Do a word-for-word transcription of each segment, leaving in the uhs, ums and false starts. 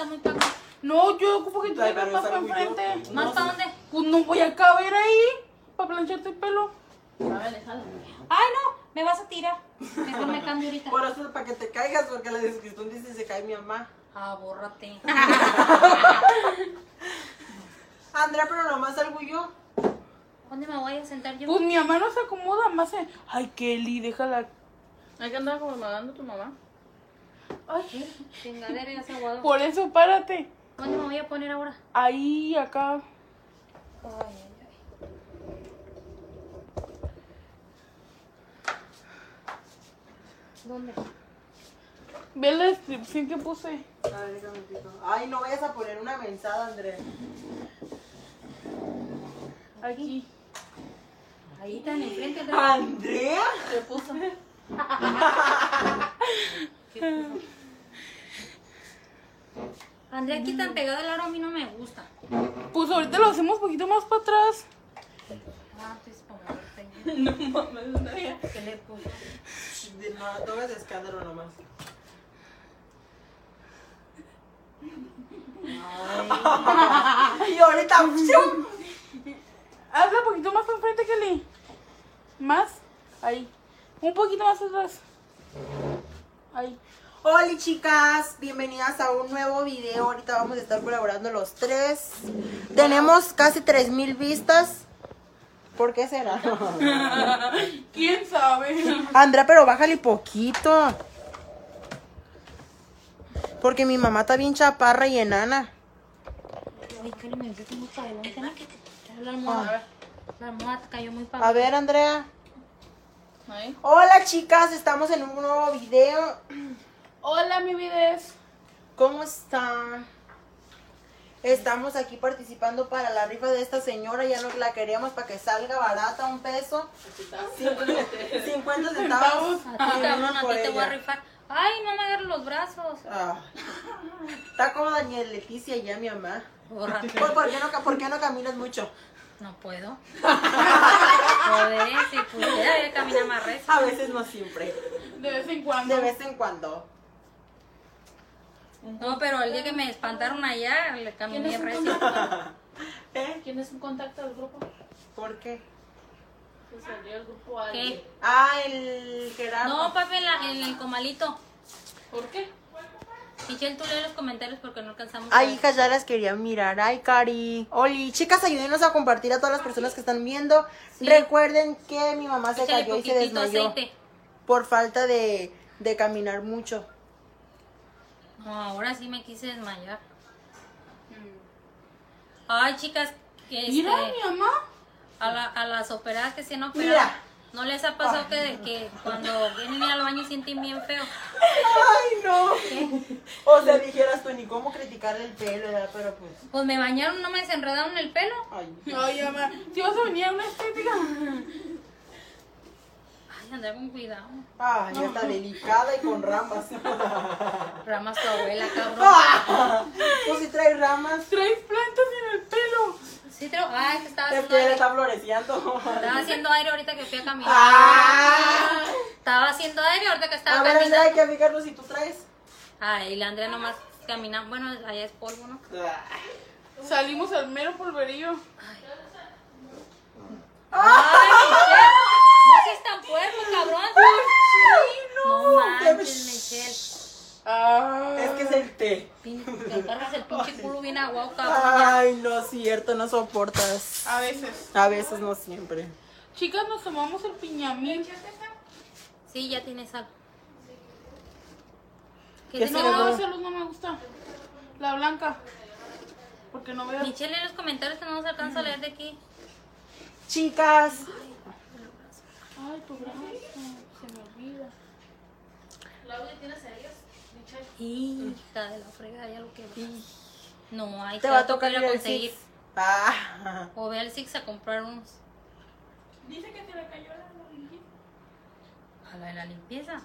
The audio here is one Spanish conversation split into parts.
está muy para acá. No, yo ocupo que tú Ay, vengas pero más para salgo yo. enfrente. ¿Más No para sé. dónde? Pues no voy a caber ahí para plancharte el pelo. A ver, déjalo. Ay, no, me vas a tirar. Mejor me cambio ahorita. Por eso, para que te caigas, porque la descripción dice se cae mi mamá. Ah, bórrate. Andrea, pero nomás salgo yo. ¿Dónde me voy a sentar yo? Pues mi mamá no se acomoda más. En... Ay, Kelly, déjala. Hay que andar acomodando a tu mamá. Ay, Chingadera, ya se aguado. por eso párate. ¿Dónde me voy a poner ahora? Ahí, acá. Ay, ay, ay. ¿Dónde? Ve la descripción que puse. A ver, déjame pico. Ay, no vayas a poner una mensada, Andrea. Aquí. Ahí están enfrente. ¿no? ¿Andrea? Se puso. ¿Qué puso? Andrea, aquí tan pegado el aro a mí no me gusta. Pues ahorita lo hacemos un poquito más para atrás. Ah, pues para moverte. No mames, Andrea. ¿Qué le puso? De- No, no hagas escándalo nomás. Ay, Y ahorita. ¡shum! Hazla un poquito más para enfrente, Kelly. Más. Ahí. Un poquito más atrás. Ahí. Hola chicas, bienvenidas a un nuevo video. Ahorita vamos a estar colaborando los tres. Tenemos casi tres mil vistas. ¿Por qué será? ¿Quién sabe? Andrea, pero bájale poquito. Porque mi mamá está bien chaparra y enana. Ay, que le me empezó muy para adelante, ¿no? La almohada. La almohada cayó muy para A ver, Andrea. Ahí. Hola chicas, estamos en un nuevo video. Hola, mi vides. ¿Cómo están? Estamos aquí participando para la rifa de esta señora. Ya nos la queríamos para que salga barata, un peso. cincuenta centavos. A ti, cabrón, a por ti te voy a ella. rifar. Ay, no me agarres los brazos. Ah. Está como Daniel Leticia ya, mi mamá. Bórrate. ¿Por, por qué no, ca- por qué no caminas mucho? No puedo. Joder, si pudiera, voy a caminar más recio. A veces no siempre. De vez en cuando. De vez en cuando. No, pero el día que me espantaron allá, le caminé ¿Quién es un recio. ¿Eh? ¿Quién es un contacto del grupo? ¿Por qué? Que salió el grupo alguien. ¿Qué? Ah, el Gerardo. No, papi, en, la- en el comalito. ¿Por qué? Michelle, tú lee los comentarios porque no alcanzamos. a Ay, ver. hijas, ya las quería mirar. Ay, Cari. Oli, chicas, ayúdenos a compartir a todas las personas que están viendo. Sí. Recuerden que mi mamá se Échale cayó y se poquitito desmayó aceite. por falta de, de caminar mucho. No, ahora sí me quise desmayar. Ay, chicas, que este, Mira, mi mamá. a, la- a las operadas que se han operado, Mira. ¿no les ha pasado que, de que cuando vienen a ir al baño sienten bien feo? Ay, no. O sea, dijeras tú ni cómo criticar el pelo, ¿verdad? Pero pues. Pues me bañaron, no me desenredaron el pelo. Ay. Ay, mamá. Si vas a venir a una estética. Ay, andar con cuidado. Ay, ya está delicada y con ramas. Ramas tu abuela, cabrón. Pues si trae ramas. Traes plantas en el pelo. Sí, pero, ay, que estaba Es haciendo que él aire. está floreciendo. Estaba haciendo aire ahorita que fui a caminar. Ah. Estaba haciendo aire ahorita que estaba A ver, Andrea, hay caminando. que fijarnos si tú traes. Ay, la Andrea nomás camina. Bueno, allá es polvo, ¿no? Salimos al mero polverillo. Ay, Michelle. No seas tan puerco, cabrón. No manches, Michelle. Ah. Es que es el té. Pin- Te encargas el pinche culo bien aguado, cabrón. Ay, no es cierto, no soportas. A veces. A veces, no siempre. Chicas, nos tomamos el piñamín. Sí, ya tienes sal. ¿Qué ¿Qué te se digo? No, no. esa luz no me gusta. La blanca. Porque no veo. Michelle, en los comentarios que no se alcanza a leer de aquí. Chicas, Ay, tu brazo. Se me olvida. ¿Claudia tiene serios? Michelle. Hija de la fregada, ya lo que va. No, ahí te va a tocar ir ir a al conseguir. Six. Ah. O ve al Six a comprar unos. Dice que te le cayó la limpieza. A la de la limpieza.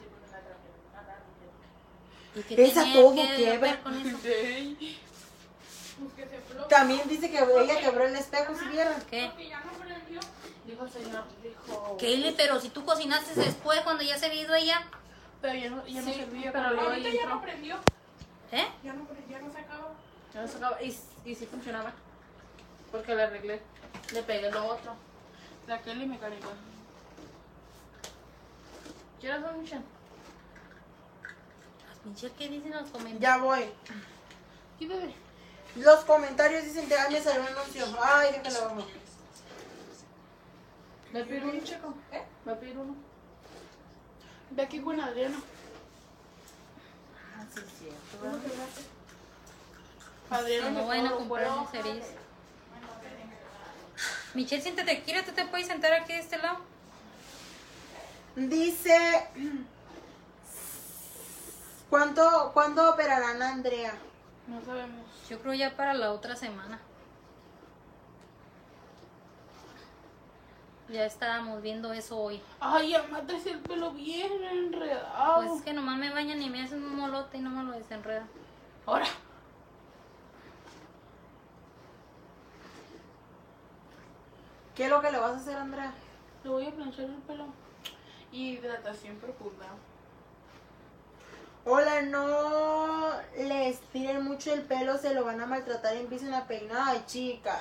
¿Y qué Esa tenía todo que quiebra. ver con eso? Sí. Pues que se flota. También dice que ella quebró el espejo, si vieron. ¿Qué? Que ya no prendió. Dijo el señor, dijo. Kelly, pero si tú cocinaste después cuando ya se había ido ella. Pero ya no, ya no Sí, servía. pero luego ahorita ahí ya no entró. prendió. ¿Eh? Ya no, pre- ya no se acaba. Ya lo sacaba. Y, y sí funcionaba. Porque le arreglé. Le pegué lo otro. La Kelly mecánica. ¿Quieres un Michelle? Michelle, ¿qué dicen los comentarios? Ya voy. Quítate. Los comentarios dicen, te me salió un anuncio. Ay, déjalo vamos. ¿Me pido uno, chico? ¿Eh? ¿Me pido uno? Ve aquí con Adriano. Ah, sí, es cierto. ¿Uno ¿verdad? que me hace? Adriano, No me vayan a puedo- comprar puedo- mis cerillas. Michelle, siéntate aquí, ¿tú te puedes sentar aquí de este lado? Dice, ¿cuánto, ¿cuándo operarán a Andrea? No sabemos. Yo creo ya para la otra semana. Ya estábamos viendo eso hoy. Ay, mamá, traes el pelo bien enredado. Pues es que nomás me bañan y me hacen un molote y no me lo desenredan. Ahora. ¿Qué es lo que le vas a hacer a Andrea? Le voy a planchar el pelo. Hidratación profunda. Hola, no les tiren mucho el pelo, se lo van a maltratar y empiecen a peinar. Ay, chicas.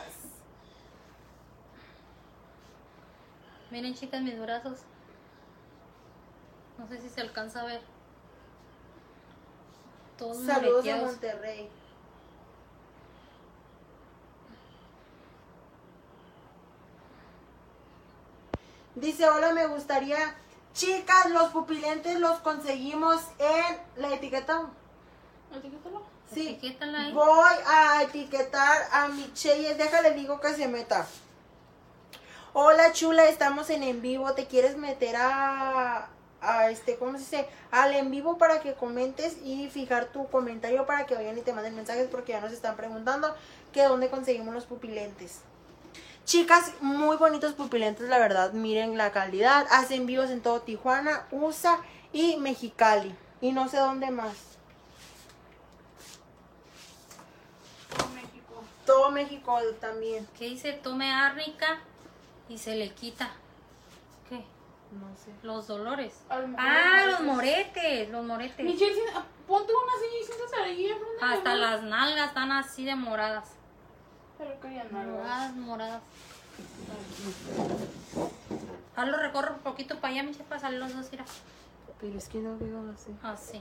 Miren, chicas, mis brazos. No sé si se alcanza a ver. Todos Saludos a moreteados. Monterrey. Dice, hola, me gustaría... Chicas, los pupilentes los conseguimos en la etiqueta. Etiquétalo. Sí. Etiquétala ahí. Voy a etiquetar a Michelle. Déjale, digo que se meta. Hola, chula, estamos en en vivo. ¿Te quieres meter a, a este, ¿cómo se dice? Al en vivo para que comentes y fijar tu comentario para que vayan y te manden mensajes porque ya nos están preguntando que dónde conseguimos los pupilentes. Chicas, muy bonitos pupilentes, la verdad. Miren la calidad. Hacen vivos en todo Tijuana, U S A y Mexicali. Y no sé dónde más. Todo México. Todo México también. ¿Qué dice? Tome árnica y se le quita. ¿Qué? No sé. Los dolores. A lo mejor Ah, los los moretes. Los moretes. Michelle, si- ah, ponte una silla y siéntate ahí enfrente de Hasta mí. las nalgas están así de moradas. Pero que ya no. Moradas, moradas. Hazlo, recorro un poquito para allá, Michelle, para salir los dos, mira. Pero es que no veo así. Así.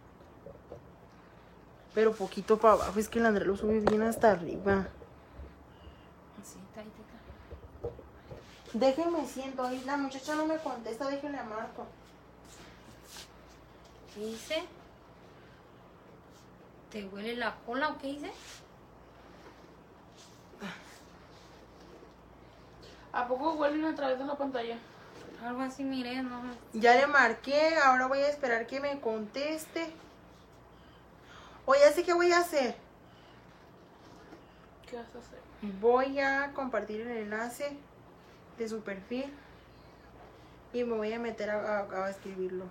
Pero poquito para abajo. Es que el André lo sube bien hasta arriba. Así, tantito. Déjenme siento. Ahí la muchacha no me contesta. Déjenle a Marco. ¿Qué dice? ¿Te huele la cola o qué dice? ¿A poco huelen a través de la pantalla? Algo así, mire, no. Ya le marqué. Ahora voy a esperar que me conteste. O ya sé qué voy a hacer. ¿Qué vas a hacer? Voy a compartir el enlace de su perfil. Y me voy a meter a, a- a escribirlo.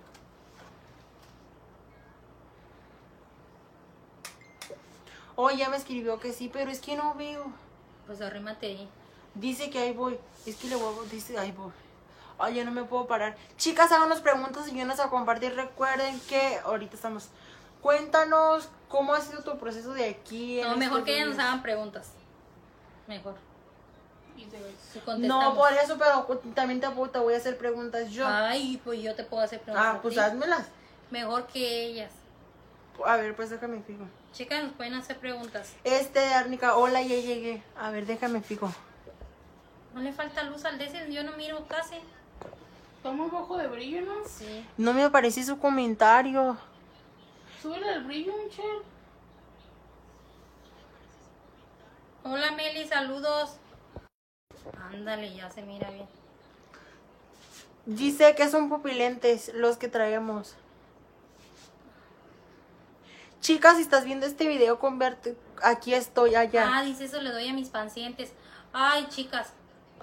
Oh, ya me escribió que sí, pero es que no veo. Pues arrímate ahí. Dice que ahí voy. Es que le voy a... Dice ahí voy. Ay, ya no me puedo parar. Chicas, háganos preguntas y vienes a compartir. Recuerden que ahorita estamos... Cuéntanos cómo ha sido tu proceso de aquí. en No, mejor estos que ellas nos días. hagan preguntas. Mejor. Y te ves. Y contestamos. No, por eso, pero también te, te voy a hacer preguntas yo. Ay, pues yo te puedo hacer preguntas. ah, a pues ti. házmelas. Mejor que ellas. A ver, pues déjame fijo. Chicas, nos pueden hacer preguntas. Este, Arnica, hola, ya llegué. A ver, déjame fijo. No le falta luz al de ese, yo no miro casi. Estamos bajo de brillo, ¿no? Sí. No me apareció su comentario. Súbele el brillo, Michelle. Hola Meli, saludos. Ándale, ya se mira bien. Dice que son pupilentes los que traemos. Chicas, si estás viendo este video, convierte. Aquí estoy, allá. Ah, dice eso le doy a mis pacientes. Ay, chicas.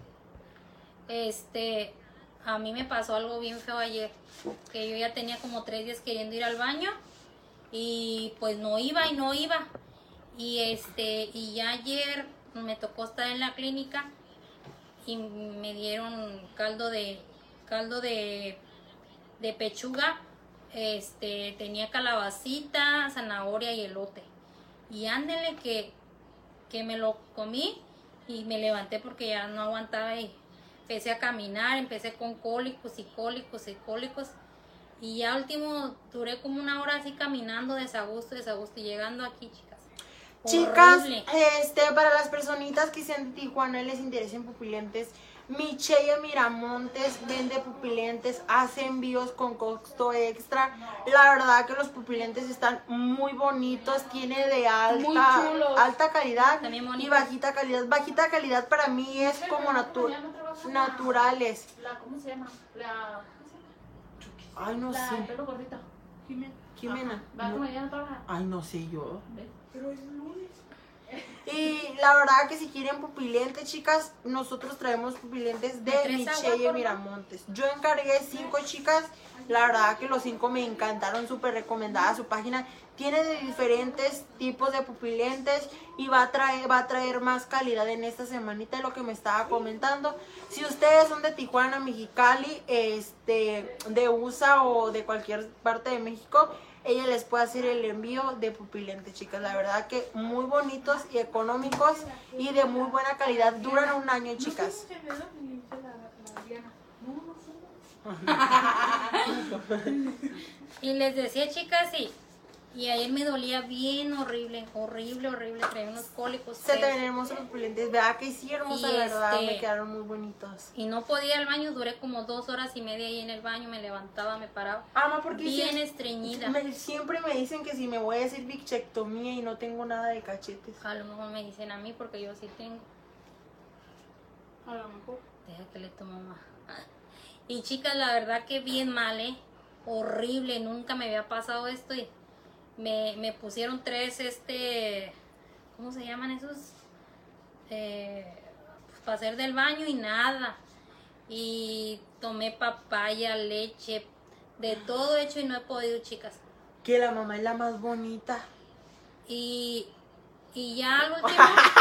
Este, a mí me pasó algo bien feo ayer. Que yo ya tenía como tres días queriendo ir al baño. Y pues no iba y no iba. Y este, y ya ayer me tocó estar en la clínica. Y me dieron caldo de, caldo de, de pechuga. Este, tenía calabacita, zanahoria y elote. Y ándele que, que me lo comí y me levanté porque ya no aguantaba y empecé a caminar, empecé con cólicos y cólicos y cólicos. Y ya último duré como una hora así caminando, desagusto, desagusto y llegando aquí, chicas. Chicas, Horrible. este, para las personitas que sean de Tijuana y les interesen pupilentes, Michelle Miramontes vende pupilentes, hace envíos con costo extra. La verdad que los pupilentes están muy bonitos, tiene de Muy alta, chulos. alta calidad También y bonitos. bajita calidad. Bajita calidad para mí es como natu- naturales. La, ¿cómo se llama? La, Ay, no la sé. pelo gordito. Jimena. Va no- como ella no trabaja. Ay, no sé yo. ¿Ves? Y la verdad que si quieren pupilentes, chicas, nosotros traemos pupilentes de ¿Me traes agua, Michelle por Miramontes. Yo encargué cinco, chicas. La verdad que los cinco me encantaron, súper recomendada su página. Tiene de diferentes tipos de pupilentes y va a traer, va a traer más calidad en esta semanita, lo que me estaba comentando. Si ustedes son de Tijuana, Mexicali, este, de U S A o de cualquier parte de México, ella les puede hacer el envío de pupilentes, chicas. La verdad que muy bonitos y económicos y de muy buena calidad. Duran un año, chicas. Y les decía, chicas, y, y ayer me dolía bien horrible, horrible, horrible. Traía unos cólicos. Se te feos. ven hermosos los pupilentes. Vea que sí, hermosa, Y la verdad. este- Me quedaron muy bonitos. Y no podía ir al baño, duré como dos horas y media ahí en el baño, me levantaba, me paraba. Ama, porque Bien sí- estreñida. me- siempre me dicen que si me voy a hacer bichectomía y no tengo nada de cachetes. A lo mejor me dicen a mí porque yo sí tengo. A lo mejor. Deja que le tomo más. Y chicas, la verdad que bien mal, ¿eh? Horrible, nunca me había pasado esto y me, me pusieron tres, este, ¿cómo se llaman esos? Eh, pues, para hacer del baño y nada. Y tomé papaya, leche, de todo hecho y no he podido, chicas. Que la mamá es la más bonita. Y, y ya al último,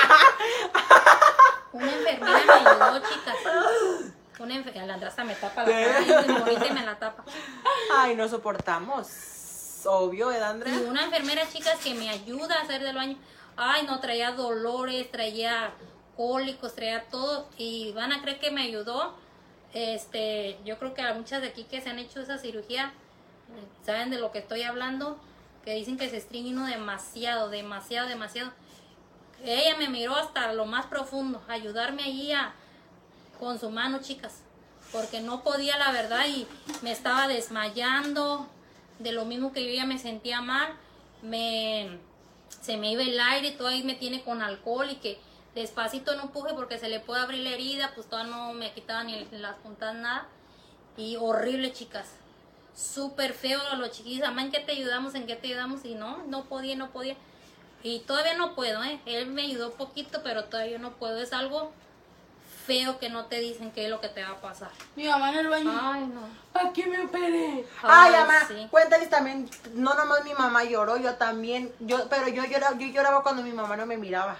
una enfermera me ayudó, chicas. Una enfermera, la Andrea hasta me tapa la cara, y ahorita me la tapa. Ay, no soportamos. Obvio, ¿verdad, Andrea? Y una enfermera, chicas, que me ayuda a hacer del baño. Ay, no, traía dolores, traía cólicos, traía todo. Y van a creer que me ayudó. Este, yo creo que a muchas de aquí que se han hecho esa cirugía, saben de lo que estoy hablando, que dicen que se estringe uno demasiado, demasiado, demasiado. Ella me miró hasta lo más profundo, ayudarme allí a, con su mano, chicas, porque no podía, la verdad, y me estaba desmayando, de lo mismo que yo ya me sentía mal, me, se me iba el aire, todo ahí me tiene con alcohol y que despacito no empuje porque se le puede abrir la herida, pues todavía no me quitaba ni las puntadas, nada, y horrible, chicas, súper feo a los chiquillos, mamá, ¿en qué te ayudamos? ¿En qué te ayudamos? Y no, no podía, no podía. Y todavía no puedo, ¿eh? Él me ayudó poquito, pero todavía no puedo. Es algo feo que no te dicen qué es lo que te va a pasar. Mi mamá en el baño. Ay, no. ¿Para qué me operé? Ay, mamá, sí. cuéntales también, no nomás mi mamá lloró, yo también, yo, pero yo lloraba, yo lloraba cuando mi mamá no me miraba.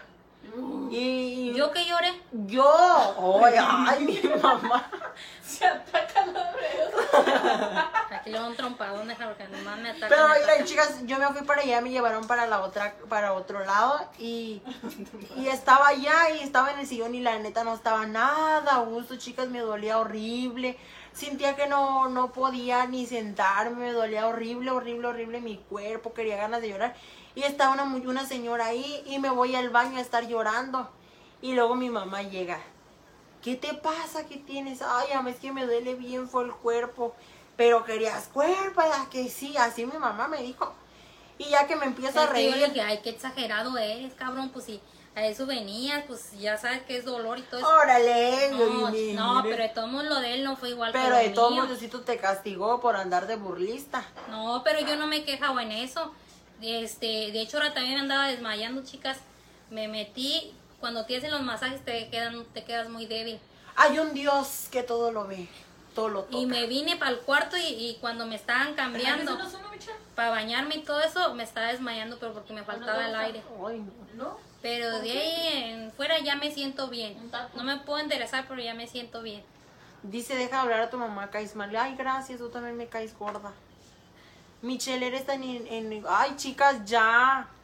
Y ¿Yo que lloré? yo, ay, ay, mi mamá. Se atacan los dedos. Aquí le doy un trompadón, deja porque nomás me ataca. Pero me mira, ataca. chicas, yo me fui para allá, me llevaron para la otra, para otro lado y, y estaba allá y estaba en el sillón y la neta no estaba nada a gusto, chicas, me dolía horrible. Sentía que no, no podía ni sentarme, me dolía horrible, horrible, horrible mi cuerpo, quería ganas de llorar. Y estaba una, mu- una señora ahí y me voy al baño a estar llorando. Y luego mi mamá llega. ¿Qué te pasa? ¿Qué tienes? Ay, mamá, es que me duele bien fue el cuerpo. Pero querías cuerpo, ¿verdad? Que sí, así mi mamá me dijo. Y ya que me empieza a Es que yo le reír. dije, ay, qué exagerado eres, cabrón, pues si a eso venías, pues ya sabes que es dolor y todo eso. Órale, No, mire, no, mire. pero de todos modos lo de él no fue igual que Pero lo de todos mío. modos Diosito te castigó por andar de burlista. No, pero yo no me he quejado en eso. Este, de hecho ahora también me andaba desmayando, chicas. Me metí, cuando te hacen los masajes te quedan, te quedas muy débil. Hay un Dios que todo lo ve, todo lo toca. Y me vine para el cuarto y, y cuando me estaban cambiando ¿Eso no es una bicha? para bañarme y todo eso, me estaba desmayando, pero porque me faltaba el aire. Ay, no. ¿No? Pero de ahí en fuera ya me siento bien. No me puedo enderezar, pero ya me siento bien. Dice, deja hablar a tu mamá, caes mal. Ay, gracias, tú también me caes gorda. Michelle, eres tan en, en- Ay, chicas, ya.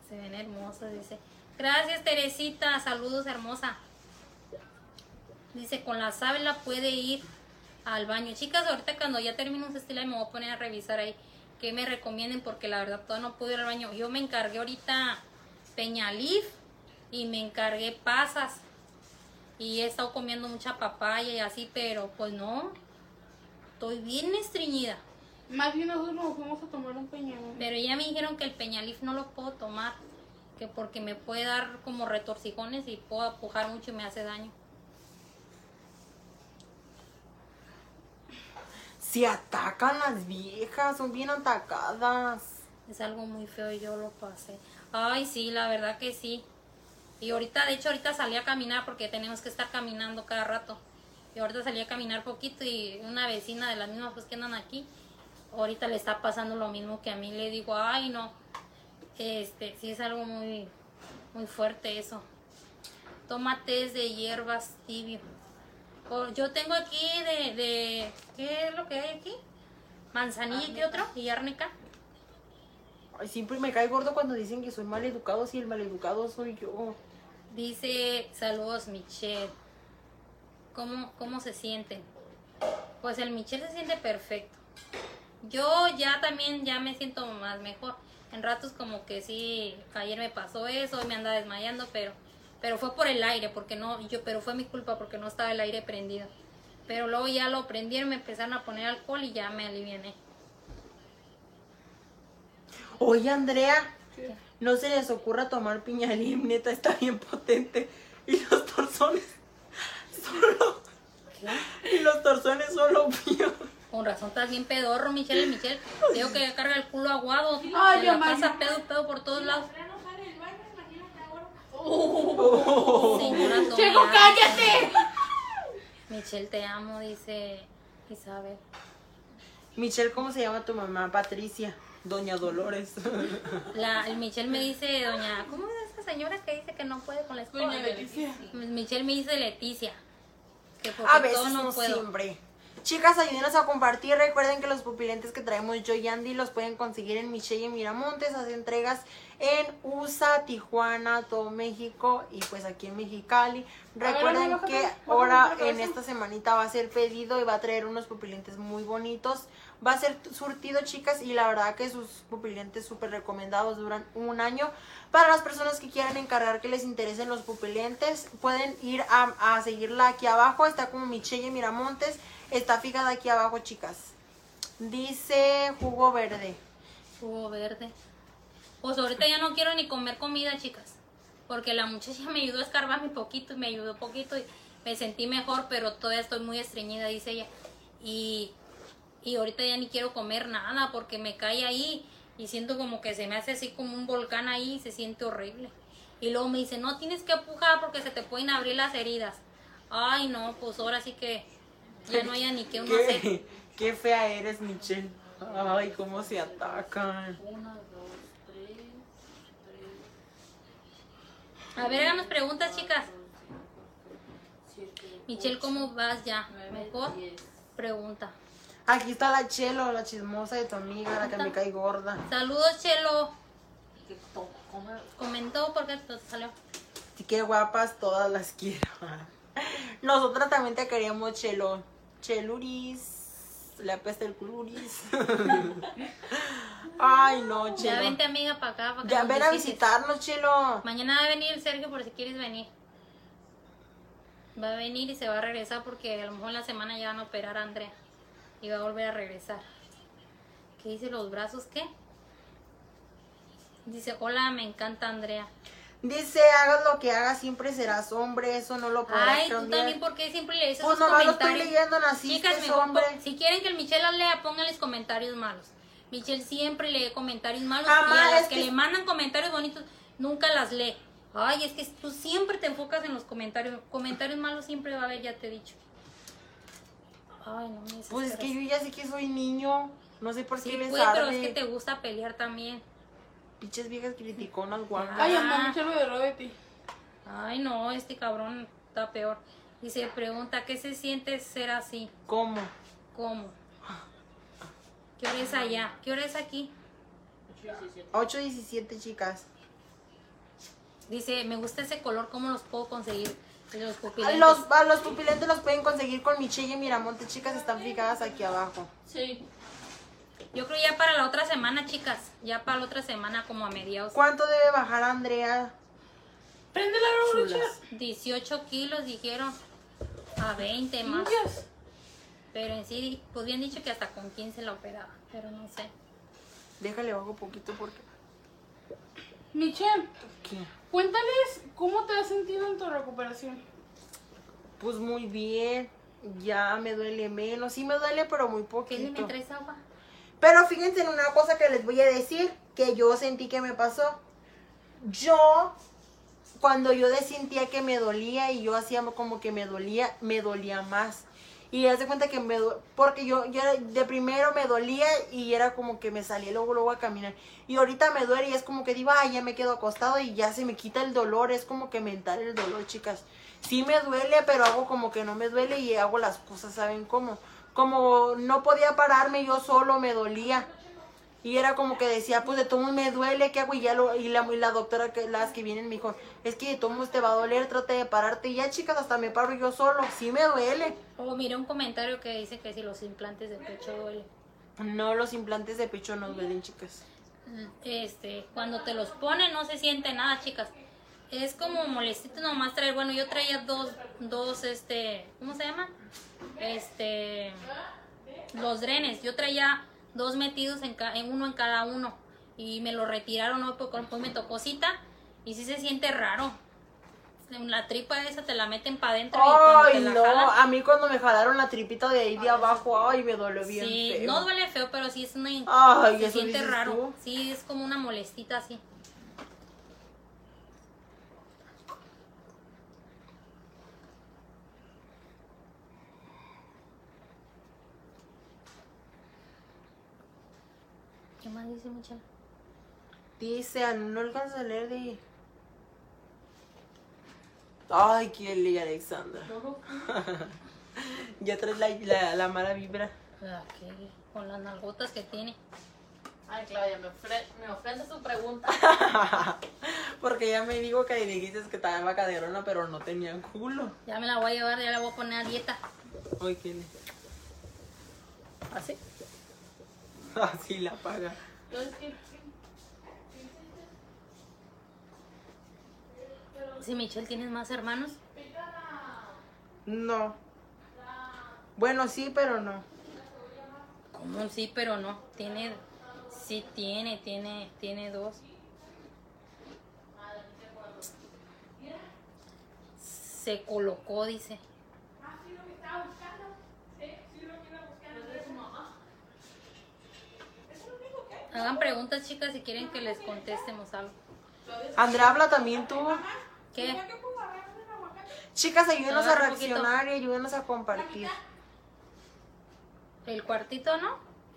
Se ven hermosas, dice. Gracias, Teresita. Saludos, hermosa. Dice, con la sábila puede ir al baño. Chicas, ahorita cuando ya termino un estilo me voy a poner a revisar ahí que me recomienden, porque la verdad todavía no pude ir al baño. Yo me encargué ahorita Peñalif y me encargué pasas. Y he estado comiendo mucha papaya y así, pero pues no. Estoy bien estreñida. Más bien nosotros nos fuimos a tomar un peñón. Pero ya me dijeron que el Peñalif no lo puedo tomar, que porque me puede dar como retorcijones y puedo apujar mucho y me hace daño. Se atacan las viejas, son bien atacadas. Es algo muy feo y yo lo pasé. Ay, sí, la verdad que sí. Y ahorita, de hecho, ahorita salí a caminar porque tenemos que estar caminando cada rato. Y ahorita salí a caminar poquito y una vecina de las mismas pues que andan aquí, ahorita le está pasando lo mismo que a mí. Le digo, ay, no. Este, sí es algo muy, muy fuerte eso. Toma tés de hierbas tibio. Oh, yo tengo aquí de, de, ¿qué es lo que hay aquí? Manzanilla y qué otro, y árnica. Ay, siempre me cae gordo cuando dicen que soy maleducado, si el maleducado soy yo. Dice, saludos Michelle. ¿Cómo, cómo se sienten? Pues el Michelle se siente perfecto. Yo ya también ya me siento más mejor. En ratos como que sí, ayer me pasó eso, hoy me andaba desmayando, pero pero fue por el aire, porque no, yo, pero fue mi culpa porque no estaba el aire prendido. Pero luego ya lo prendieron, me empezaron a poner alcohol y ya me aliviané. Oye, Andrea, no se les ocurra tomar piñalín, neta, está bien potente. Y los torsones solo. ¿Qué? Y los torsones solo mío. Con razón estás bien pedorro, Michelle, Michelle. Digo que ya carga el culo aguado. Ay, En la mamá. casa pedo, pedo por todos lados. Oh. Señora Toña. Checo, cállate. Michelle, te amo, dice Isabel. Michelle, ¿cómo se llama tu mamá? Patricia. Doña Dolores. La, el Michelle me dice, doña, ¿cómo es esa señora que dice que no puede con la escuela? Doña Leticia. Michelle me dice Leticia. Que porque A veces todo no no puedo. siempre. Chicas, ayúdenos a compartir. Recuerden que los pupilentes que traemos yo y Andy los pueden conseguir en Michelle Miramontes. Hace entregas en U S A, Tijuana, todo México y pues aquí en Mexicali. Recuerden bájate, que bájate ahora la cabeza. en esta semanita va a ser pedido y va a traer unos pupilentes muy bonitos. Va a ser surtido, chicas, y la verdad que sus pupilentes súper recomendados duran un año. Para las personas que quieran encargar que les interesen los pupilentes, pueden ir a, a seguirla aquí abajo. Está como Michelle Miramontes. Está fijada aquí abajo, chicas. Dice jugo verde. Jugo verde. Pues ahorita ya no quiero ni comer comida, chicas. Porque la muchacha me ayudó a escarbarme poquito y me ayudó poquito y me sentí mejor, pero todavía estoy muy estreñida, dice ella. Y, y ahorita ya ni quiero comer nada porque me cae ahí y siento como que se me hace así como un volcán ahí y se siente horrible. Y luego me dice, no tienes que empujar porque se te pueden abrir las heridas. Ay, no, pues ahora sí que ya no haya ni que uno hacer. ¿Qué, qué fea eres, Michelle. Ay, cómo se atacan. Una, dos, tres, tres, A ver, háganos preguntas, chicas. siete, Michelle, ¿cómo vas ya? nueve, ¿Mejor? diez. Pregunta. Aquí está la Chelo, la chismosa de tu amiga, la que me cae gorda. Saludos, Chelo. ¿Qué to- cómo? Comentó porque te salió. Así que guapas, todas las quiero. Nosotras también te queríamos, Chelo. Cheluris. Le apesta el culuris. Ay, no, Ya Chelo. vente, amiga, para acá. Para que Ya nos ven a visites. visitarnos, Chelo. Mañana va a venir el Sergio por si quieres venir. Va a venir y se va a regresar porque a lo mejor en la semana ya van a operar a Andrea. Y va a volver a regresar. ¿Qué dice los brazos? ¿Qué? Dice, hola, me encanta Andrea. Dice, hagas lo que hagas, siempre serás hombre. Eso no lo podrás Ay, tú cambiar. también, ¿por qué siempre le dices Pues esos nomás lo estoy comentarios? leyendo, naciste, Chicas, mejor hombre. pon- si quieren que el Michelle las lea, pónganles comentarios malos. Michelle siempre lee comentarios malos Jamás, y a las es que, que- le mandan comentarios bonitos nunca las lee. Ay, es que tú siempre te enfocas en los comentarios. Comentarios malos siempre va a haber, ya te he dicho. Ay, no me desesperas. Pues es que yo ya sé que soy niño. No sé por qué Sí, les pues, pero arde. es que te gusta pelear también. Pinches viejas criticonas, guapas. Ay, Ah. mamá, mucho lo de de ti. Ay, no, este cabrón está peor. Dice, pregunta, ¿qué se siente ser así? ¿Cómo? ¿Cómo? ¿Qué hora es allá? ¿Qué hora es aquí? ocho diecisiete, chicas. Dice, me gusta ese color, ¿cómo los puedo conseguir? Los pupilentes. Los, a los pupilentes los pueden conseguir con Michelle Miramonte, chicas, están fijadas aquí abajo. Sí. Yo creo ya para la otra semana, chicas. Ya para la otra semana, como a mediados. ¿Cuánto debe bajar Andrea? Prende la brocha. Chulas. dieciocho kilos, dijeron. A veinte más. Indias. Pero en sí, pues bien dicho que hasta con quince la operaba. Pero no sé. Déjale bajo poquito porque... Michelle, ¿Qué? cuéntales cómo te has sentido en tu recuperación. Pues muy bien. Ya me duele menos. Sí me duele, pero muy ¿Qué le me poquito. traes agua? Pero fíjense en una cosa que les voy a decir, que yo sentí que me pasó. Yo, cuando yo sentía que me dolía y yo hacía como que me dolía, me dolía más. Y haz de cuenta que me do- porque yo, yo era- de primero me dolía y era como que me salía luego, luego a caminar. Y ahorita me duele y es como que digo, ay, ya me quedo acostado y ya se me quita el dolor. Es como que mental el dolor, chicas. Sí me duele, pero hago como que no me duele y hago las cosas, ¿saben cómo? Como no podía pararme yo solo, me dolía. Y era como que decía, pues de todo me duele, ¿qué hago? Y ya lo, y la, y la doctora, que las que vienen me dijo, es que de todo te va a doler, trate de pararte. Y ya, chicas, hasta me paro yo solo, sí me duele. Oh, miré un comentario que dice que si los implantes de pecho duelen. No, los implantes de pecho no duelen, chicas. Este, cuando te los ponen no se siente nada, chicas. Es como molestito nomás traer, bueno, yo traía dos, dos, este, ¿cómo se llaman? Este, los drenes, yo traía dos metidos en, ca- en uno en cada uno y me lo retiraron hoy porque después me tocó cita y sí se siente raro. La tripa esa te la meten para adentro y cuando te Ay, la no, jalan, a mí cuando me jalaron la tripita de ahí de abajo, ay, me dolió bien sí, feo. no duele feo, pero sí es una, Ay, se eso siente dices raro, tú. sí, es como una molestita así. ¿Qué más dice Michelle? Dice, no alcanzo a leer de... Ay, Kelly, Alexandra. Ya traes la, la, la mala vibra. Ah, ¿qué? Con las nalgotas que tiene. Ay, Claudia, me, ofre me ofrece su pregunta. Porque ya me dijo que dijiste que estaba caderona, pero no tenía culo. Ya me la voy a llevar, ya la voy a poner a dieta. Ay, Kelly. ¿Así? Así la paga. Yo es que... Sí, Michelle, ¿tienes más hermanos? No. Bueno, sí, pero no. ¿Cómo? Sí, pero no. Tiene, sí tiene, tiene, tiene dos. Se colocó, dice. Hagan preguntas, chicas, si quieren que les contestemos algo. Andrea, habla también tú. ¿Qué? Chicas, ayúdenos a Agarra un poquito. reaccionar y ayúdenos a compartir. ¿El cuartito no?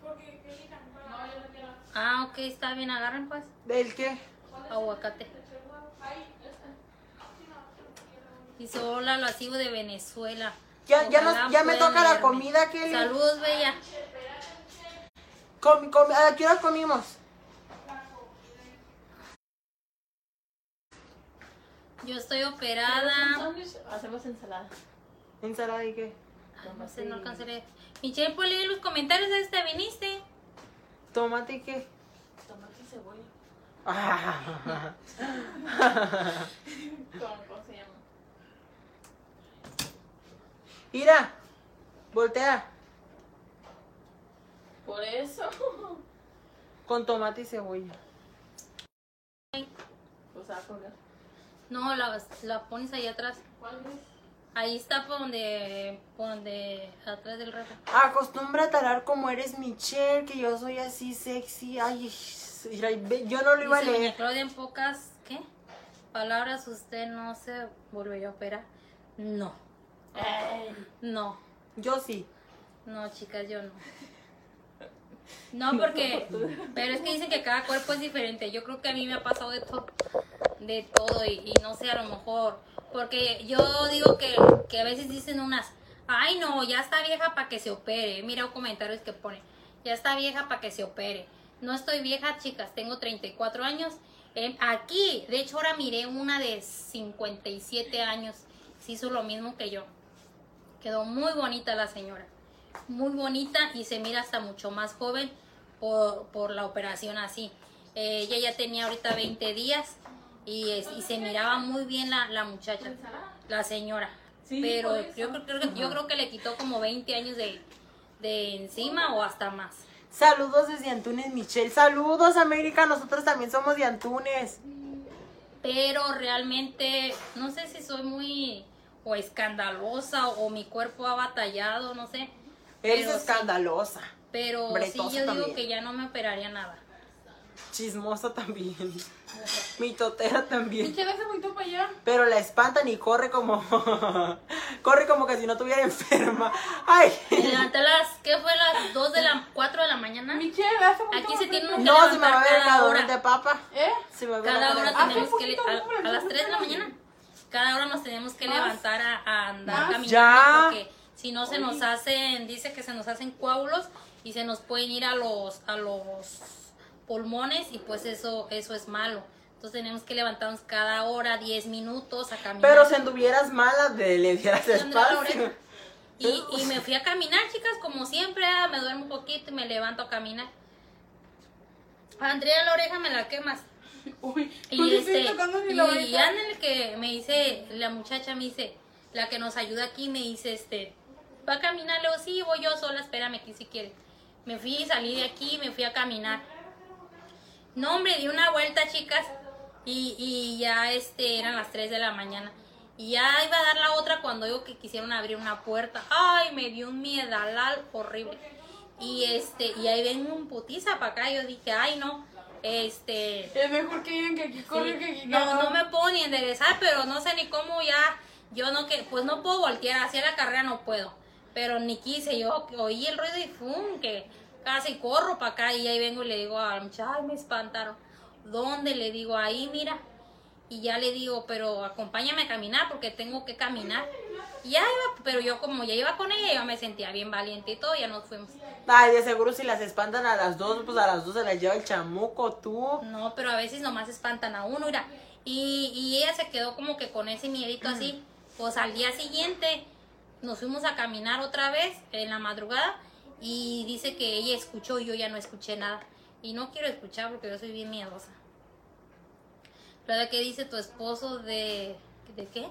Ah, ok, está bien, agarren pues. ¿Del qué? Aguacate. Dice, hola, lo sigo de Venezuela. Ya, ya, Ojalá nos, ya me puedan toca la leerme. comida, Kelly. Saludos, bella. Com, com- ¿A qué hora comimos? Yo estoy ¿Hacemos un operada. sándwich o hacemos ensalada? ¿Ensalada y qué? Ay, no sé, no alcanzaré. Michelle, pues lee los comentarios de este, viniste. ¿Tomate y qué? Tomate y cebolla. Ah. ¿Cómo, cómo se llama? Mira, voltea. Por eso. Con tomate y cebolla. Pues a colgar. No, la, la pones ahí atrás. ¿Cuál es? Ahí está por donde, por donde, atrás del refri. Acostúmbrate a hablar como eres Michelle, que yo soy así sexy. Ay, mira, ve, yo no lo iba a Dice doña leer. Claudia, en pocas, ¿qué? Palabras, ¿usted no se volvió a operar? No, Ey. no, Yo sí. no, chicas, yo no. No, porque, pero es que dicen que cada cuerpo es diferente. Yo creo que a mí me ha pasado de todo, de todo y, y no sé, a lo mejor, porque yo digo que, que a veces dicen unas, ay no, ya está vieja para que se opere. Mira los comentarios que pone, ya está vieja para que se opere. No estoy vieja, chicas, tengo treinta y cuatro años Em, aquí, de hecho ahora miré una de cincuenta y siete años, se hizo lo mismo que yo. Quedó muy bonita la señora, muy bonita y se mira hasta mucho más joven por, por la operación así. Eh, ella ya tenía ahorita veinte días y, es- y se miraba muy bien la, la muchacha, la señora. Sí, Pero por eso. yo, creo- creo que- yo creo que le quitó como veinte años de, de encima o hasta más. Saludos desde Antunes, Michelle. Saludos, América. Nosotros también somos de Antunes. Pero realmente no sé si soy muy o escandalosa o, mi cuerpo ha batallado, no sé. Eres Pero sí. escandalosa. Pero sí, Bretosa yo digo también. que ya no me operaría nada. Chismosa también. Mitotera también. Michelle, hace poquito para allá. Pero la espantan y corre como. corre como que si no estuviera enferma. Ay. Me levanté a las, ¿qué fue? Las dos de la, cuatro de la mañana. Michelle, hace poquito. Aquí se me tiene fui- un- No, se me va a ver el cada cadorón hora. de papa. ¿Eh? Se me va a ver Cada la hora cadorón. Hace tenemos que, le- poquito, a, hombre, a las yo tres de la fui. mañana, cada hora nos tenemos que Más. levantar a, a andar Más. caminando Ya. porque si no se nos hacen, dice que se nos hacen coágulos y se nos pueden ir a los, a los pulmones y pues eso, eso es malo. Entonces tenemos que levantarnos cada hora, diez minutos a caminar. Pero si anduvieras mala, de, le dieras Me duele la espacio. oreja. Y, y me fui a caminar, chicas, como siempre, ah, me duermo un poquito y me levanto a caminar. Andrea, la oreja me la quemas. Uy, Y no te este, estoy tocando ni y la oreja. Ándale que me dice, la muchacha me dice, la que nos ayuda aquí, me dice, este, ¿va a caminar? Le digo, sí, voy yo sola, espérame aquí si quieres. Me fui, salí de aquí, me fui a caminar. No, hombre, di una vuelta, chicas, y, y ya este, eran las tres de la mañana. Y ya iba a dar la otra cuando digo que quisieron abrir una puerta. Ay, me dio un miedalal horrible. Y este, y ahí ven un putiza para acá. Yo dije, ay no, este. Es mejor que digan que aquí corre sí, que aquí no, no. no me puedo ni enderezar, pero no sé ni cómo ya. Yo no que, pues no puedo voltear, hacia la carrera no puedo. Pero ni quise, yo oí el ruido y fum, que casi corro para acá. Y ahí vengo y le digo a la muchacha, ay, me espantaron. ¿Dónde? Le digo, ahí, mira. Y ya le digo, pero acompáñame a caminar porque tengo que caminar. Y ya iba, pero yo como ya iba con ella, yo me sentía bien valiente y todo, ya nos fuimos. Ay, de seguro si las espantan a las dos, pues a las dos se las lleva el chamuco, tú. No, pero a veces nomás espantan a uno, mira. Y, y ella se quedó como que con ese miedito así. Pues al día siguiente nos fuimos a caminar otra vez en la madrugada y dice que ella escuchó y yo ya no escuché nada. Y no quiero escuchar porque yo soy bien miedosa. ¿Pero qué dice tu esposo de... ¿De qué?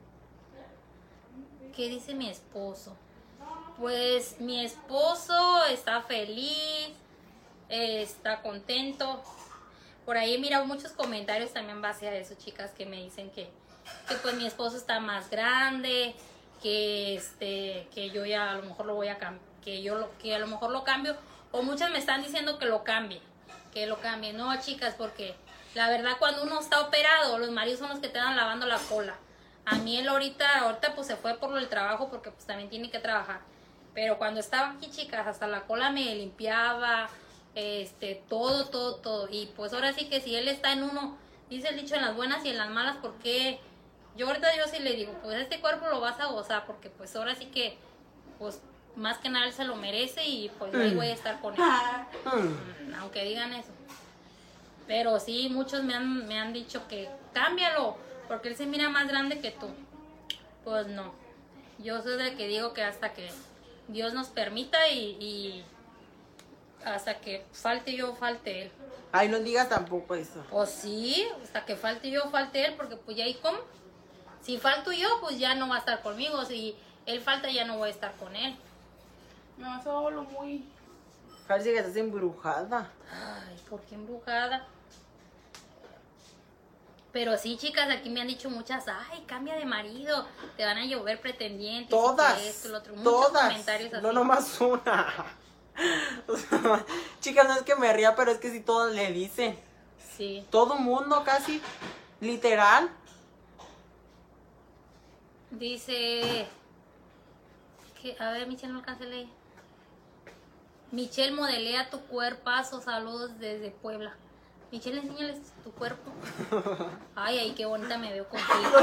¿Qué dice mi esposo? Pues mi esposo está feliz, eh, está contento. Por ahí he mirado muchos comentarios también base a eso, chicas, que me dicen que, que pues mi esposo está más grande, que este, que yo ya a lo mejor lo voy a cambiar, que yo lo, que a lo mejor lo cambio, o muchas me están diciendo que lo cambie, que lo cambie. No, chicas, porque la verdad cuando uno está operado, los maridos son los que te dan lavando la cola. A mí él ahorita, ahorita pues se fue por lo del trabajo porque pues también tiene que trabajar. Pero cuando estaba aquí, chicas, hasta la cola me limpiaba, este, todo, todo, todo. Y pues ahora sí que si él está en uno, dice el dicho en las buenas y en las malas, porque yo ahorita yo sí le digo, pues este cuerpo lo vas a gozar, porque pues ahora sí que, pues más que nada él se lo merece y pues ahí voy a estar con él. Ah, Mm. Mm, aunque digan eso. Pero sí, muchos me han, me han dicho que cámbialo, porque él se mira más grande que tú. Pues no. Yo soy de que digo que hasta que Dios nos permita y, y hasta que falte yo, falte él. Ay, no digas tampoco eso. Pues sí, hasta que falte yo, falte él, porque pues ya y cómo. Si falto yo, pues ya no va a estar conmigo. Si él falta, ya no voy a estar con él. me vas a hablar muy. Parece que estás embrujada. Ay, ¿por qué embrujada? Pero sí, chicas, aquí me han dicho muchas, ay, cambia de marido, te van a llover pretendientes. Todas. y esto, lo otro. Muchos Todas. comentarios así. No nomás una. Chicas, no es que me ría, pero es que sí todas le dicen. Sí. Todo mundo casi. Literal. Dice, que, a ver, Michelle, no alcancé a leer. Michelle, modelea tu cuerpazo, saludos desde Puebla. Michelle, enséñales tu cuerpo. Ay, ay, qué bonita me veo contigo.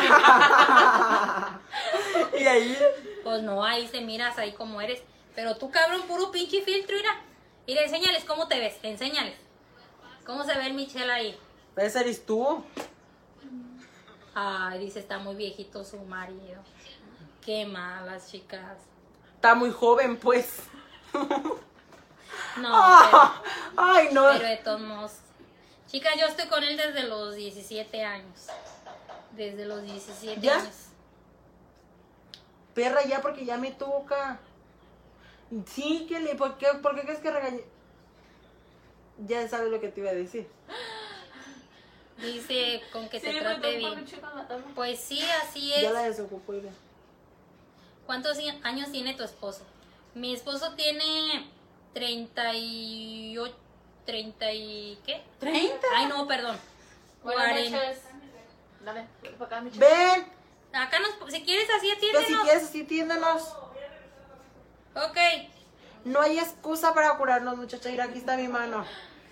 Y ahí. Pues no, ahí te miras ahí como eres. Pero tú, cabrón, puro pinche filtro, mira. Mira, enséñales cómo te ves, enséñales. ¿Cómo se ve el Michelle ahí? Esa eres tú. Ay, dice, está muy viejito su marido. Qué malas, chicas. Está muy joven, pues. No, Ah, ay, no. pero, pero de todos modos. Chicas, yo estoy con él desde los diecisiete años. Desde los diecisiete ¿Ya? años. Perra, ya porque ya me toca. Sí, que le, ¿por qué, ¿por qué crees que regañé? Ya sabes lo que te iba a decir. Dice con que Sí, te pues, trate no, bien. mucho con la toma. Pues sí, así Ya es. la desocupó, ya. ¿Cuántos i- años tiene tu esposo? Mi esposo tiene treinta y ocho, treinta y ¿qué? ¿treinta? Ay, no, perdón. Buenas cuarenta. noches. Dale, ven para acá, Michelle. Ven, Acá nos, si quieres así pues si atiéndenos. quieres, así atiéndanos. Ok. No hay excusa para curarnos, muchacha. Mira, aquí está mi mano.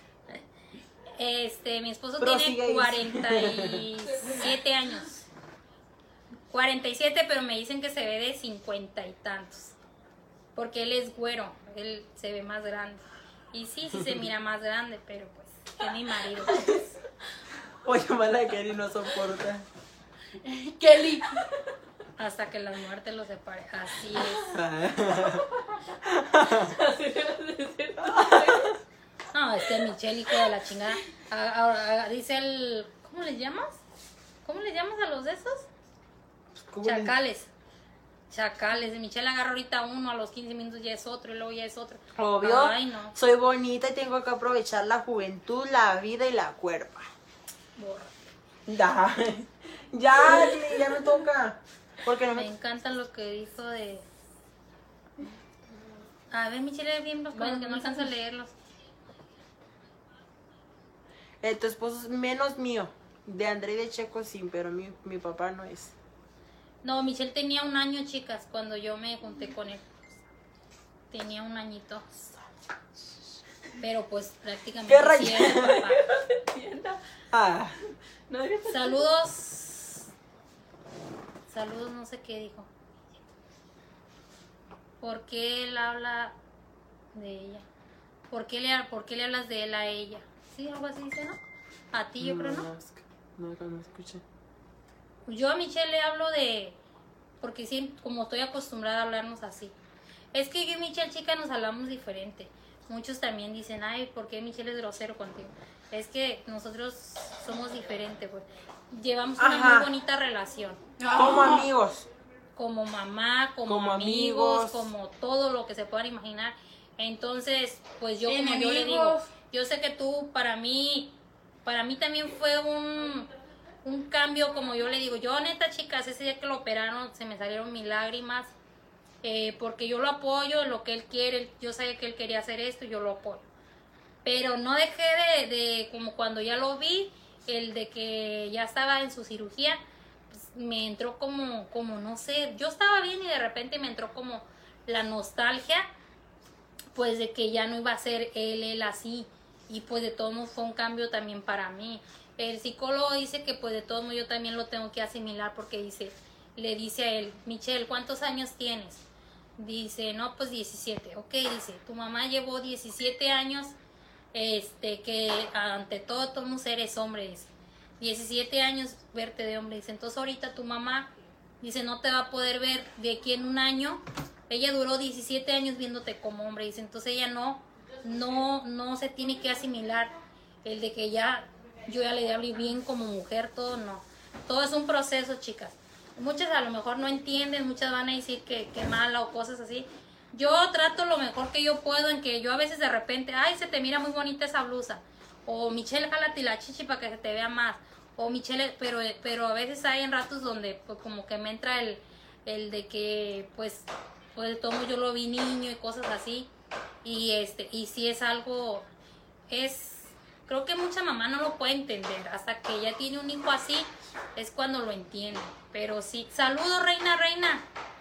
Este, mi esposo Prosigue, tiene Iris. cuarenta y siete años. cuarenta y siete, pero me dicen que se ve de cincuenta y tantos. Porque él es güero, él se ve más grande. Y sí, sí se mira más grande, pero pues es mi marido. Pues. Oye, mala que Eri no soporta. Kelly. Hasta que la muerte los separe. Así es. Así debes decir. No, este Michelle, hijo de la chingada. Ah, ah, ah, dice el. ¿Cómo les llamas? ¿Cómo les llamas a los de esos? ¿Cómo le- Chacales. Chacales. Michelle agarra ahorita uno, a los quince minutos ya es otro y luego ya es otro. Obvio, Ay, no. soy bonita y tengo que aprovechar la juventud, la vida y la cuerpa. Borra. Ya, ya, Lili, ya me toca. Porque no Me me... encanta lo que dijo de. A ver, Michelle, bien los comentarios que no alcanzo a leerlos. Eh, tu esposo es menos mío. De André y de Checo sí, pero mi, mi papá no es. No, Michelle tenía un año, chicas, cuando yo me junté con él. Tenía un añito. Pero pues prácticamente ¿Qué sí rayos? era su papá. Entienda. Ah, No digas así. Saludos. Saludos, no sé qué dijo. ¿Por qué él habla de ella? ¿Por qué le, por qué le hablas de él a ella? Sí, algo así dice, ¿no? A ti, yo creo, ¿no? No, es que- no, no, no escuché. Yo a Michelle le hablo de... Porque sí, como estoy acostumbrada a hablarnos así. Es que yo y Michelle, chica, nos hablamos diferente. Muchos también dicen, ay, ¿por qué Michelle es grosero contigo? Es que nosotros somos diferentes, pues. Llevamos una Ajá. muy bonita relación. Como amigos. Como mamá, como, Como amigos, amigos. como todo lo que se puedan imaginar. Entonces, pues yo como yo le digo, Enemigos. yo sé que tú para mí, para mí también fue un, un cambio, como yo le digo, yo neta chicas, ese día que lo operaron se me salieron mis lágrimas, eh, porque yo lo apoyo en lo que él quiere, yo sabía que él quería hacer esto y yo lo apoyo. Pero no dejé de, de, como cuando ya lo vi, el de que ya estaba en su cirugía, pues, me entró como, como, no sé, yo estaba bien y de repente me entró como la nostalgia, pues de que ya no iba a ser él, él así, y pues de todos modos fue un cambio también para mí. El psicólogo dice que pues de todos modos yo también lo tengo que asimilar porque dice, le dice a él, Michelle, ¿cuántos años tienes? Dice, no, pues diecisiete. Ok, dice, tu mamá llevó diecisiete años, este, que ante todo, todos eres hombre, dice. diecisiete años verte de hombre, dice. Entonces ahorita tu mamá, dice, no te va a poder ver de aquí en un año. Ella duró diecisiete años viéndote como hombre, dice. Entonces ella no, no, no se tiene que asimilar el de que ya, yo ya le hablé bien como mujer, todo no. Todo es un proceso, chicas. Muchas a lo mejor no entienden, muchas van a decir que, que mala o cosas así. Yo trato lo mejor que yo puedo en que yo a veces de repente, ay, se te mira muy bonita esa blusa. O Michelle, jálate la chichi para que se te vea más. O Michelle, pero, pero a veces hay en ratos donde pues como que me entra el, el de que pues, pues todo yo lo vi niño y cosas así. Y este, y si es algo, es, creo que mucha mamá no lo puede entender. Hasta que ella tiene un hijo así, es cuando lo entiende. Pero sí, saludos reina, reina.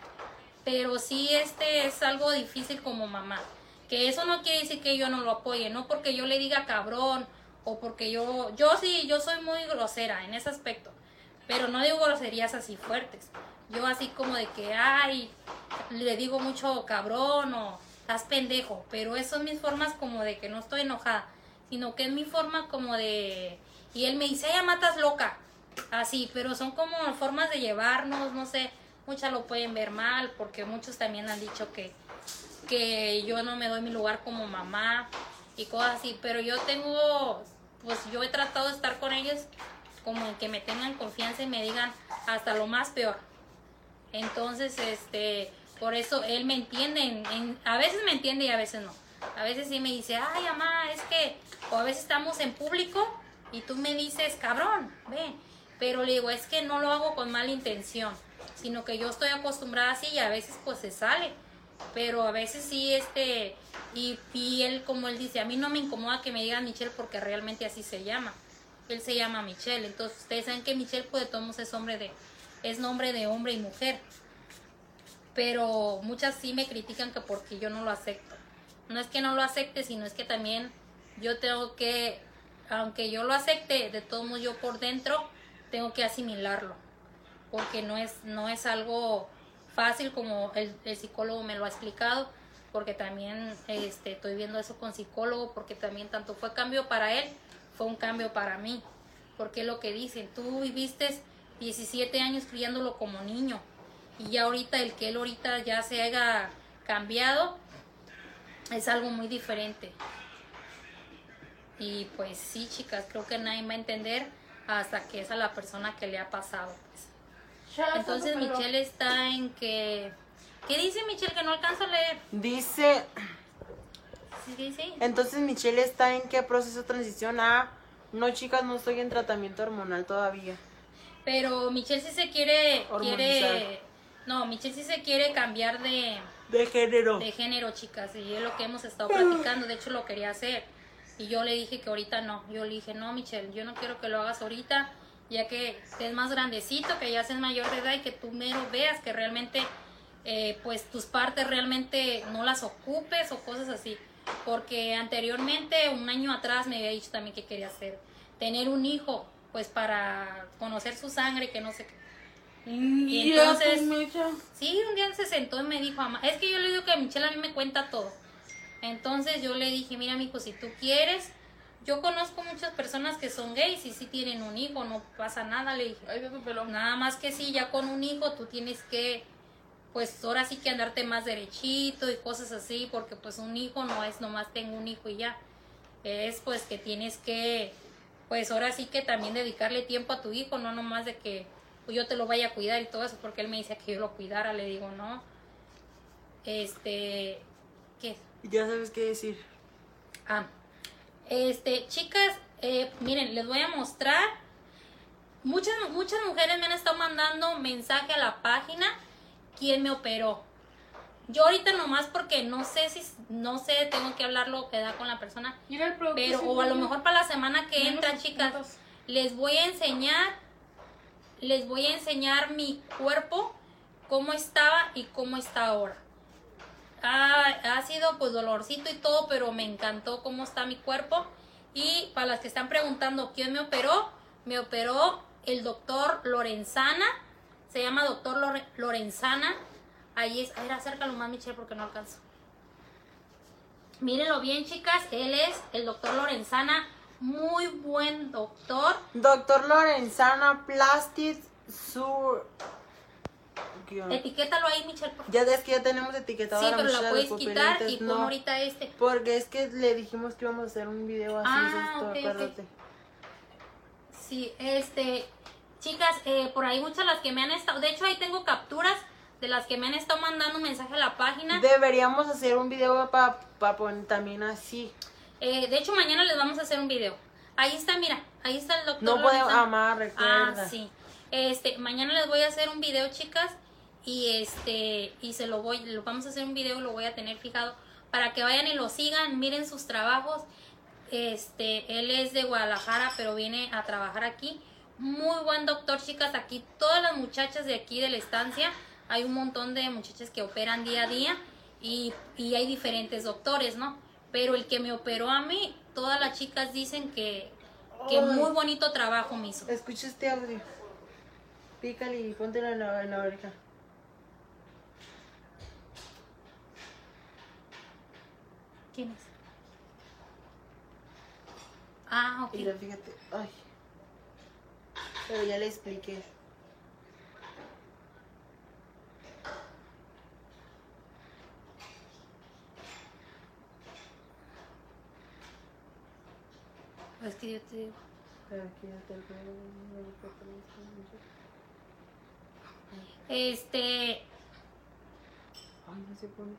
Pero sí, este es algo difícil como mamá. Que eso no quiere decir que yo no lo apoye, no porque yo le diga cabrón o porque yo, yo sí, yo soy muy grosera en ese aspecto, pero no digo groserías así fuertes. Yo así como de que, ay, le digo mucho cabrón o estás pendejo, pero eso son mis formas como de que no estoy enojada, sino que es mi forma como de Y él me dice, ella matas loca. Así, pero son como formas de llevarnos, no sé, muchas lo pueden ver mal, porque muchos también han dicho que, que yo no me doy mi lugar como mamá y cosas así, pero yo tengo, pues yo he tratado de estar con ellos como en que me tengan confianza y me digan hasta lo más peor. Entonces, este, por eso él me entiende, en, en, a veces me entiende y a veces no. A veces sí me dice, ay, mamá, es que, o a veces estamos en público y tú me dices, cabrón, ve. Pero le digo, es que no lo hago con mala intención, sino que yo estoy acostumbrada así y a veces pues se sale. Pero a veces sí, este, y, y él, como él dice, a mí no me incomoda que me digan Michelle porque realmente así se llama. Él se llama Michelle, entonces ustedes saben que Michelle pues de todos es hombre de, es nombre de hombre y mujer. Pero muchas sí me critican que porque yo no lo acepto. No es que no lo acepte, sino es que también yo tengo que, aunque yo lo acepte, de todos modos yo por dentro tengo que asimilarlo. Porque no es, no es algo fácil como el, el psicólogo me lo ha explicado, porque también este, estoy viendo eso con psicólogo, porque también tanto fue cambio para él, fue un cambio para mí. Porque es lo que dicen, tú viviste diecisiete años criándolo como niño, y ya ahorita el que él ahorita ya se haya cambiado es algo muy diferente. Y pues sí, chicas, creo que nadie va a entender hasta que es a la persona que le ha pasado, pues. Entonces Michelle está en que... ¿Qué dice Michelle que no alcanzo a leer? Dice, ¿Sí, qué dice? entonces Michelle está en qué proceso de transición. Ah, no, chicas, no estoy en tratamiento hormonal todavía. Pero Michelle sí se quiere... Hormonizar. quiere No, Michelle sí se quiere cambiar de, De género. de género, chicas. Y es lo que hemos estado platicando. De hecho, lo quería hacer. Y yo le dije que ahorita no. Yo le dije, no, Michelle, yo no quiero que lo hagas ahorita, ya que estés más grandecito, que ya seas mayor de edad y que tú mero veas que realmente, eh, pues tus partes realmente no las ocupes o cosas así. Porque anteriormente, un año atrás, me había dicho también que quería hacer, tener un hijo, pues para conocer su sangre, que no sé qué. Y entonces, sí, un día se sentó y me dijo, mamá, es que yo le digo que a Michelle a mí me cuenta todo. Entonces yo le dije, mira, mijo, si tú quieres, yo conozco muchas personas que son gays y sí tienen un hijo, no pasa nada, le dije. Ay, de tu pelo. Nada más que sí, ya con un hijo tú tienes que, pues ahora sí que andarte más derechito y cosas así, porque pues un hijo no es nomás tengo un hijo y ya. Es pues que tienes que, pues ahora sí que también dedicarle tiempo a tu hijo, no nomás de que pues, yo te lo vaya a cuidar y todo eso, porque él me dice que yo lo cuidara, le digo, no. Este, ¿qué? Ya sabes qué decir. Ah, este, chicas, eh, miren, les voy a mostrar. Muchas, muchas mujeres me han estado mandando mensaje a la página. ¿Quién me operó? Yo ahorita nomás porque no sé si, no sé, tengo que hablarlo que da con la persona. Mira el producto. Pero, sí, o a lo mira. mejor para la semana que Mira entra, los chicas, puntos. les voy a enseñar, les voy a enseñar mi cuerpo, cómo estaba y cómo está ahora. Ha, ha sido pues dolorcito y todo, pero me encantó cómo está mi cuerpo. Y para las que están preguntando quién me operó, me operó el doctor Lorenzana. Se llama doctor Lore- Lorenzana. Ahí es, a ver, acércalo más, Michelle, porque no alcanzo. Mírenlo bien, chicas, él es el doctor Lorenzana, muy buen doctor. Doctor Lorenzana Plastic Sur. Guión. Etiquétalo ahí, Michelle, por favor. Ya ves que ya tenemos etiquetado Sí, a la pero muchacha la de puedes los quitar y pupilentes. pon No, ahorita este. porque es que le dijimos que íbamos a hacer un video así. Ah, esto, ok, ok. acuérdate. Sí, este, chicas, eh, por ahí muchas las que me han estado, de hecho ahí tengo capturas de las que me han estado mandando un mensaje a la página. Deberíamos hacer un video para pa poner también así. Eh, de hecho mañana les vamos a hacer un video. Ahí está, mira, ahí está el doctor. No podemos Lorenzana. amar, recuerda. Ah, sí. Este, mañana les voy a hacer un video, chicas, y este, y se lo voy, lo vamos a hacer un video y lo voy a tener fijado para que vayan y lo sigan, miren sus trabajos. Este, él es de Guadalajara, pero viene a trabajar aquí. Muy buen doctor, chicas. Aquí todas las muchachas de aquí de la estancia, hay un montón de muchachas que operan día a día y, y hay diferentes doctores, ¿no? Pero el que me operó a mí, todas las chicas dicen que, que Ay. muy bonito trabajo me hizo. Escucha este audio. Pícale y póntelo en la, en la oreja. ¿Quién es? Ah, ok. Mira, fíjate. Ay. Pero ya le expliqué. Es que yo te digo. Este, Ay, no se pone.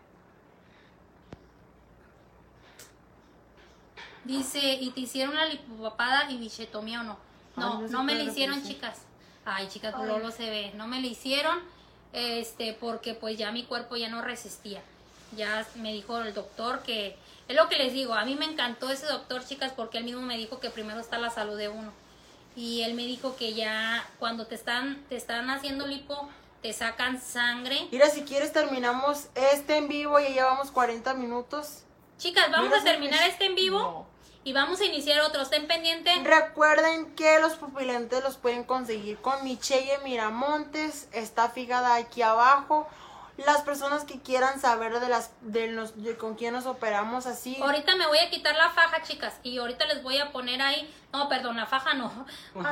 dice, ¿y te hicieron la lipopapada y bichetomía o no? No, Ay, no sé no me cuál la era hicieron, esa. chicas. Ay, chicas, Ay. Lolo se ve. No me la hicieron, este, porque pues ya mi cuerpo ya no resistía. Ya me dijo el doctor que, es lo que les digo, a mí me encantó ese doctor, chicas, porque él mismo me dijo que primero está la salud de uno. Y él me dijo que ya cuando te están, te están haciendo lipo, te sacan sangre. Mira, si quieres terminamos este en vivo, ya llevamos cuarenta minutos. Chicas, vamos Mira, a terminar ¿sabes? este en vivo No. y vamos a iniciar otro. Estén pendientes. Recuerden que los pupilentes los pueden conseguir con Michelle Miramontes, está fijada aquí abajo. Las personas que quieran saber de las de los de con quién nos operamos así. Ahorita me voy a quitar la faja, chicas, y ahorita les voy a poner ahí, no, perdón, la faja no.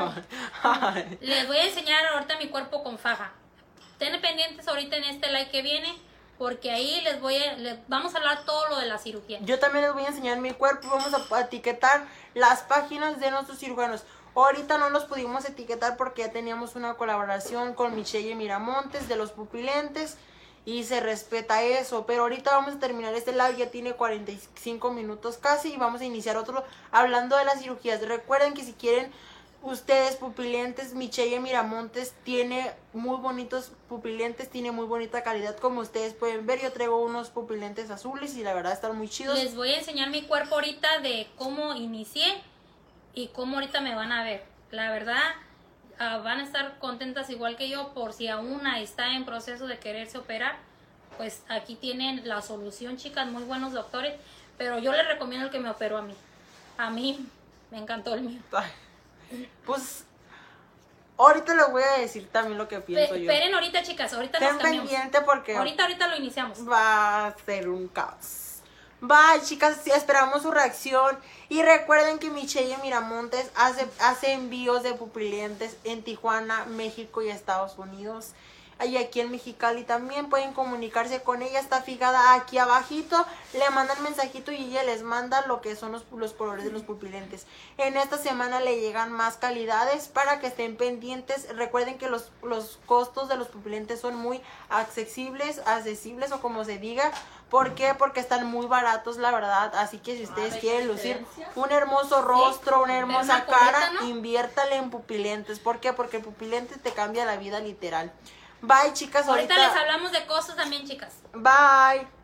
Ay, les voy a enseñar ahorita mi cuerpo con faja. Estén pendientes ahorita en este like que viene, porque ahí les voy a, les, vamos a hablar todo lo de la cirugía. Yo también les voy a enseñar mi cuerpo, vamos a etiquetar las páginas de nuestros cirujanos. Ahorita no los pudimos etiquetar porque ya teníamos una colaboración con Michelle Miramontes de los pupilentes y se respeta eso, pero ahorita vamos a terminar este live, ya tiene cuarenta y cinco minutos casi y vamos a iniciar otro hablando de las cirugías. Recuerden que si quieren ustedes pupilentes, Michelle Miramontes tiene muy bonitos pupilentes, tiene muy bonita calidad, como ustedes pueden ver. Yo traigo unos pupilentes azules y la verdad están muy chidos. Les voy a enseñar mi cuerpo ahorita de cómo inicié y cómo ahorita me van a ver. La verdad, uh, van a estar contentas igual que yo, por si aún una está en proceso de quererse operar. Pues aquí tienen la solución, chicas, muy buenos doctores, pero yo les recomiendo el que me operó a mí. A mí me encantó el mío. Ay, pues ahorita les voy a decir también lo que pienso Pe- yo. Esperen ahorita, chicas, ahorita nos Ten cambiamos. pendiente porque Ahorita, ahorita lo iniciamos. va a ser un caos. Bye, chicas, sí, esperamos su reacción. Y recuerden que Michelle Miramontes hace, hace envíos de pupilentes en Tijuana, México y Estados Unidos. Y aquí en Mexicali también pueden comunicarse con ella, está fijada aquí abajito, le mandan mensajito y ella les manda lo que son los, los colores de los pupilentes. En esta semana le llegan más calidades para que estén pendientes. Recuerden que los, los costos de los pupilentes son muy accesibles, accesibles o como se diga. ¿Por qué? Porque están muy baratos, la verdad. Así que si ustedes ¿ves quieren la lucir diferencia? un hermoso rostro, una Ver hermosa una coleta, cara, ¿no? inviértale en pupilentes. ¿Por qué? Porque el pupilente te cambia la vida literal. Bye, chicas. Ahorita Ahorita, les hablamos de cosas también, chicas. bye.